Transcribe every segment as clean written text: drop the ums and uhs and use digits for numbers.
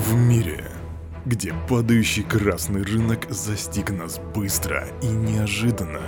В мире, где падающий красный рынок застиг нас быстро и неожиданно,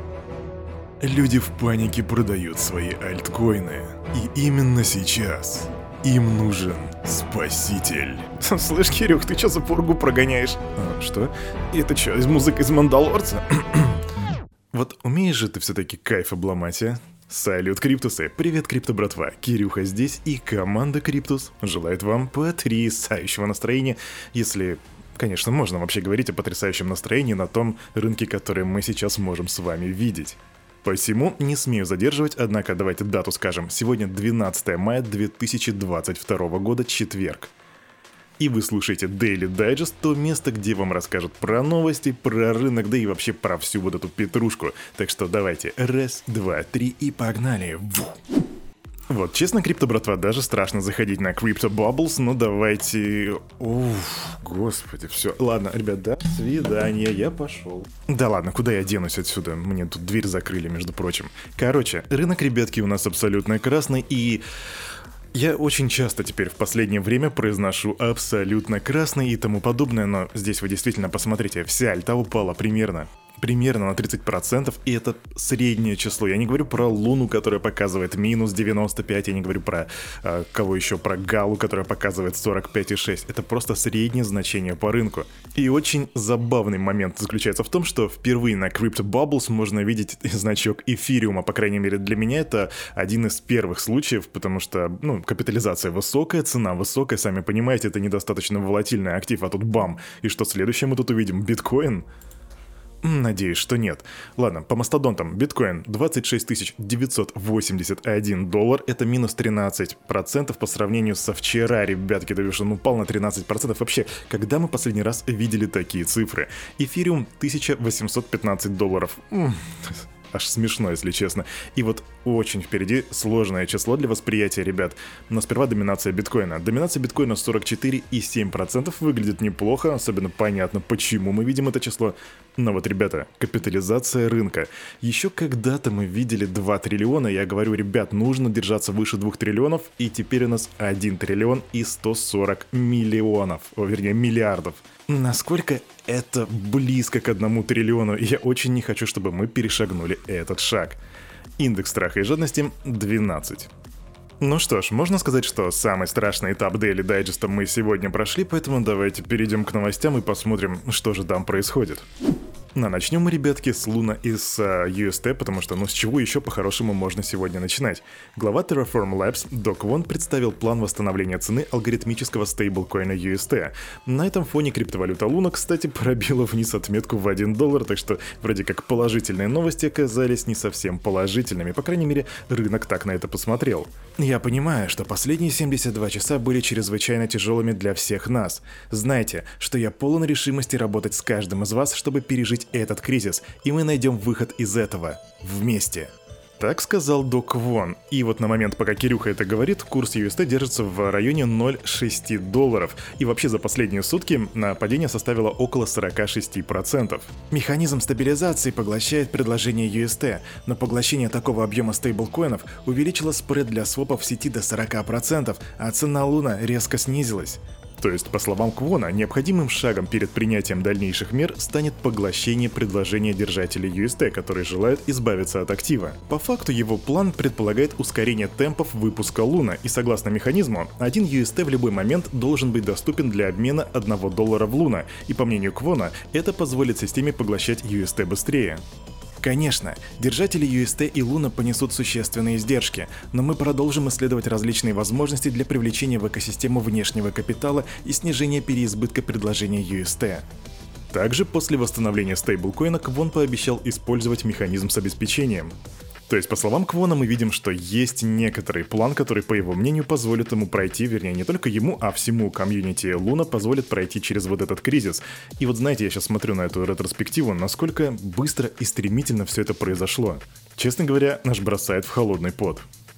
люди в панике продают свои альткоины, и именно сейчас им нужен спаситель. Слышь, Кирюх, ты чё за пургу прогоняешь? Что? Это чё, из музыки из Мандалорца? Вот умеешь же ты все-таки кайф обломать, а? Салют, Криптусы! Привет, Крипто братва! Кирюха здесь, и команда Криптус желает вам потрясающего настроения, если, конечно, можно вообще говорить о потрясающем настроении на том рынке, который мы сейчас можем с вами видеть. Посему не смею задерживать, однако давайте дату скажем. Сегодня 12 мая 2022 года, четверг. И вы слушаете Daily Digest, то место, где вам расскажут про новости, про рынок, да и вообще про всю вот эту петрушку. Так что давайте, раз, два, три и погнали! Вот, честно, крипто братва, даже страшно заходить на Crypto Bubbles, но давайте... Господи, все. Ладно, ребят, до свидания, я пошел. Да ладно, куда я денусь отсюда? Мне тут дверь закрыли, между прочим. Короче, рынок, ребятки, у нас абсолютно красный, и... Я очень часто теперь в последнее время произношу абсолютно красный и тому подобное, но здесь вы действительно посмотрите, вся альта упала примерно на 30%, и это среднее число. Я не говорю про Луну, которая показывает минус 95, я не говорю про кого еще, про Галу, которая показывает 45,6. Это просто среднее значение по рынку. И очень забавный момент заключается в том, что впервые на Crypto Bubbles можно видеть значок эфириума. По крайней мере, для меня это один из первых случаев, потому что, капитализация высокая, цена высокая, сами понимаете, это недостаточно волатильный актив, а тут бам. И что следующее мы тут увидим? Биткоин? Надеюсь, что нет. Ладно, по мастодонтам. Биткоин 26 981 доллар. Это минус 13% по сравнению со вчера, ребятки. То есть он упал на 13%. Вообще, когда мы последний раз видели такие цифры? Эфириум 1815 долларов. Аж смешно, если честно. И вот очень впереди сложное число для восприятия, ребят. Но сперва доминация биткоина. Доминация биткоина 44,7% выглядит неплохо, особенно понятно, почему мы видим это число. Но вот, ребята, капитализация рынка. Еще когда-то мы видели 2 триллиона, я говорю, ребят, нужно держаться выше 2 триллионов, и теперь у нас 1 триллион и 140 миллионов, миллиардов. Насколько это близко к 1 триллиону, я очень не хочу, чтобы мы перешагнули этот шаг. Индекс страха и жадности 12. Ну что ж, можно сказать, что самый страшный этап Daily Digest мы сегодня прошли, поэтому давайте перейдем к новостям и посмотрим, что же там происходит. Начнем мы, ребятки, с Луна и с UST, потому что, с чего еще по-хорошему можно сегодня начинать? Глава Terraform Labs До Квон представил план восстановления цены алгоритмического стейблкоина UST. На этом фоне криптовалюта Луна, кстати, пробила вниз отметку в $1, так что вроде как положительные новости оказались не совсем положительными, по крайней мере, рынок так на это посмотрел. Я понимаю, что последние 72 часа были чрезвычайно тяжелыми для всех нас. Знайте, что я полон решимости работать с каждым из вас, чтобы пережить этот кризис, и мы найдем выход из этого вместе. Так сказал До Квон. И вот на момент, пока Кирюха это говорит, курс UST держится в районе 0,6 долларов. И вообще за последние сутки падение составило около 46%. Механизм стабилизации поглощает предложение UST, но поглощение такого объема стейблкоинов увеличило спред для свопов в сети до 40%, а цена Луна резко снизилась. То есть, по словам Квона, необходимым шагом перед принятием дальнейших мер станет поглощение предложения держателей UST, которые желают избавиться от актива. По факту его план предполагает ускорение темпов выпуска Луна, и согласно механизму, 1 UST в любой момент должен быть доступен для обмена $1 в Луна, и по мнению Квона, это позволит системе поглощать UST быстрее. Конечно, держатели UST и Луна понесут существенные издержки, но мы продолжим исследовать различные возможности для привлечения в экосистему внешнего капитала и снижения переизбытка предложения UST. Также после восстановления стейблкоина Квон пообещал использовать механизм с обеспечением. То есть, по словам Квона, мы видим, что есть некоторый план, который, по его мнению, позволит ему пройти, вернее, не только ему, а всему комьюнити Луна позволит пройти через вот этот кризис. И вот знаете, я сейчас смотрю на эту ретроспективу, насколько быстро и стремительно все это произошло. Честно говоря, аж бросает в холодный пот.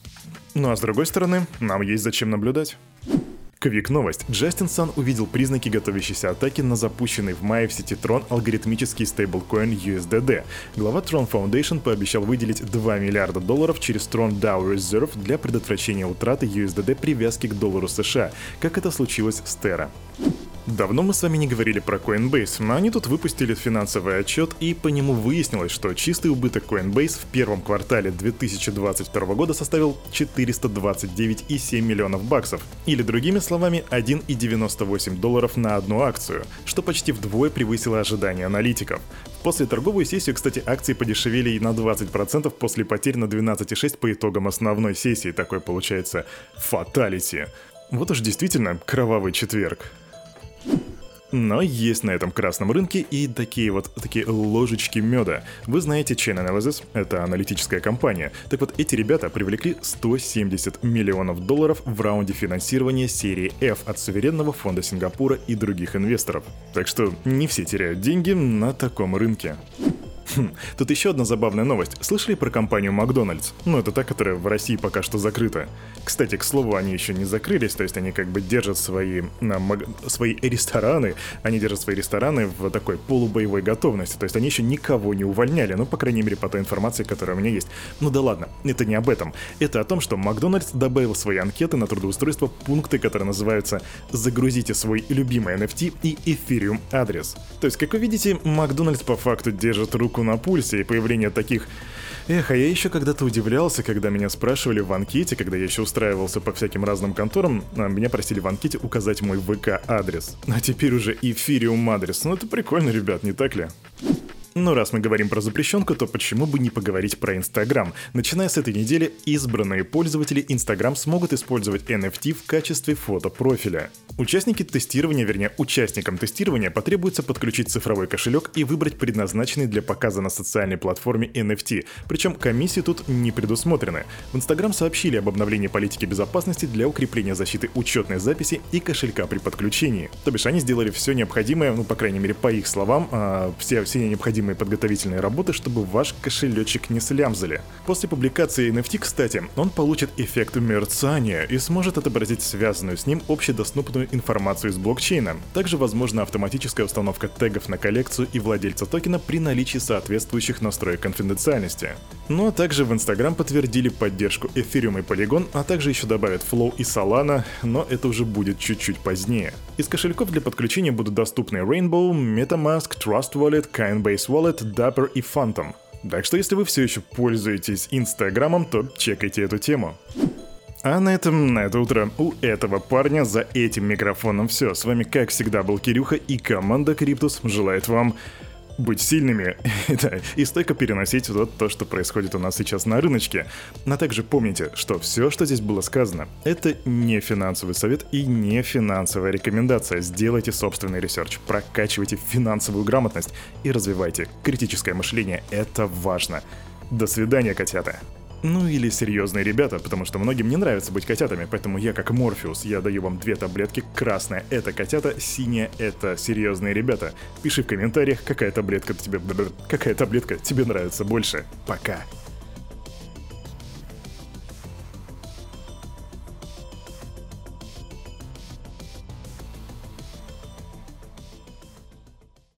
Ну а с другой стороны, нам есть зачем наблюдать. Квик-новость. Джастин Сан увидел признаки готовящейся атаки на запущенный в мае в сети Tron алгоритмический стейблкоин USDD. Глава Tron Foundation пообещал выделить $2 миллиарда через Tron DAO Reserve для предотвращения утраты USDD привязки к доллару США, как это случилось с Terra. Давно мы с вами не говорили про Coinbase, но они тут выпустили финансовый отчет, и по нему выяснилось, что чистый убыток Coinbase в первом квартале 2022 года составил 429,7 миллионов баксов, или другими словами, $1,98 на одну акцию, что почти вдвое превысило ожидания аналитиков. После торговую сессию, кстати, акции подешевели и на 20% после потерь на 12,6 по итогам основной сессии. Такой получается фаталити. Вот уж действительно кровавый четверг. Но есть на этом красном рынке и такие ложечки меда. Вы знаете Chain Analysis, это аналитическая компания. Так вот, эти ребята привлекли $170 миллионов в раунде финансирования серии F от суверенного фонда Сингапура и других инвесторов. Так что не все теряют деньги на таком рынке. Тут еще одна забавная новость. Слышали про компанию Макдональдс? Ну, это та, которая в России пока что закрыта. Кстати, к слову, они еще не закрылись, то есть они как бы держат свои рестораны, в такой полубоевой готовности, то есть они еще никого не увольняли, ну, по крайней мере, по той информации, которая у меня есть. Ну да ладно, это не об этом. Это о том, что Макдональдс добавил в свои анкеты на трудоустройство пункты, которые называются «Загрузите свой любимый NFT и Ethereum адрес». То есть, как вы видите, Макдональдс по факту держит руку на пульсе, и появление таких... Эх, а я еще когда-то удивлялся, когда меня спрашивали в анкете, когда я еще устраивался по всяким разным конторам, меня просили в анкете указать мой ВК-адрес. А теперь уже Ethereum адрес. Ну это прикольно, ребят, не так ли? Но раз мы говорим про запрещенку, то почему бы не поговорить про Instagram? Начиная с этой недели, избранные пользователи Instagram смогут использовать NFT в качестве фотопрофиля. Участникам тестирования потребуется подключить цифровой кошелек и выбрать предназначенный для показа на социальной платформе NFT, причем комиссии тут не предусмотрены. В Instagram сообщили об обновлении политики безопасности для укрепления защиты учетной записи и кошелька при подключении. То бишь они сделали все необходимое, ну по крайней мере по их словам, все необходимые подготовительные работы, чтобы ваш кошелечек не слямзали. После публикации NFT, кстати, он получит эффект мерцания и сможет отобразить связанную с ним общедоступную информацию из блокчейна. Также возможна автоматическая установка тегов на коллекцию и владельца токена при наличии соответствующих настроек конфиденциальности. Ну а также в Instagram подтвердили поддержку Ethereum и Polygon, а также еще добавят Flow и Solana, но это уже будет чуть-чуть позднее. Из кошельков для подключения будут доступны Rainbow, MetaMask, Trust Wallet, Coinbase Wallet, Dapper и Phantom. Так что если вы все еще пользуетесь Инстаграмом, то чекайте эту тему. А на это утро у этого парня за этим микрофоном все. С вами, как всегда, был Кирюха, и команда Криптус желает вам быть сильными и стойко переносить вот то, что происходит у нас сейчас на рыночке. Но также помните, что все, что здесь было сказано, это не финансовый совет и не финансовая рекомендация. Сделайте собственный ресерч, прокачивайте финансовую грамотность и развивайте критическое мышление. Это важно. До свидания, котята. Ну или серьезные ребята, потому что многим не нравится быть котятами, поэтому я как Морфеус, я даю вам 2 таблетки. Красная — это котята, синяя — это серьезные ребята. Пиши в комментариях, какая таблетка тебе нравится больше. Пока.